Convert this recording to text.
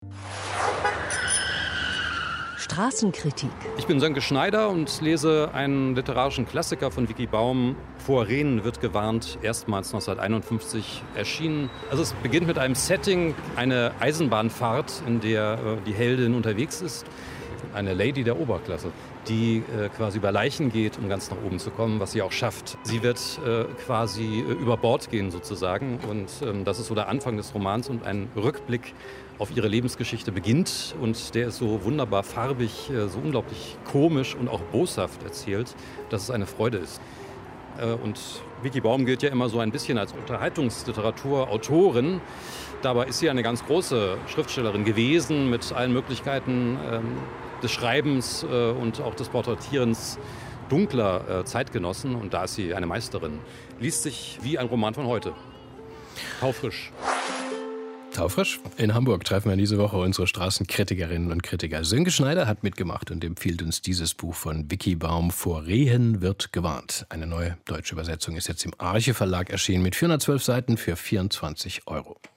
Straßenkritik. Ich bin Sönke Schneider und lese einen literarischen Klassiker von Vicky Baum. Vor Rehnen wird gewarnt, erstmals 1951 erschienen. Also es beginnt mit einem Setting, eine Eisenbahnfahrt, in der die Heldin unterwegs ist. Eine Lady der Oberklasse, die quasi über Leichen geht, um ganz nach oben zu kommen, was sie auch schafft. Sie wird quasi über Bord gehen sozusagen und das ist so der Anfang des Romans und ein Rückblick auf ihre Lebensgeschichte beginnt und der ist so wunderbar farbig, so unglaublich komisch und auch boshaft erzählt, dass es eine Freude ist. Und Vicky Baum gilt ja immer so ein bisschen als Unterhaltungsliteraturautorin. Dabei ist sie eine ganz große Schriftstellerin gewesen mit allen Möglichkeiten des Schreibens und auch des Porträtierens dunkler Zeitgenossen. Und da ist sie eine Meisterin. Liest sich wie ein Roman von heute. Taufrisch. Taufrisch. In Hamburg treffen wir diese Woche unsere Straßenkritikerinnen und Kritiker. Sönke Schneider hat mitgemacht und empfiehlt uns dieses Buch von Vicky Baum. Vor Rehen wird gewarnt. Eine neue deutsche Übersetzung ist jetzt im Arche Verlag erschienen mit 412 Seiten für 24 €.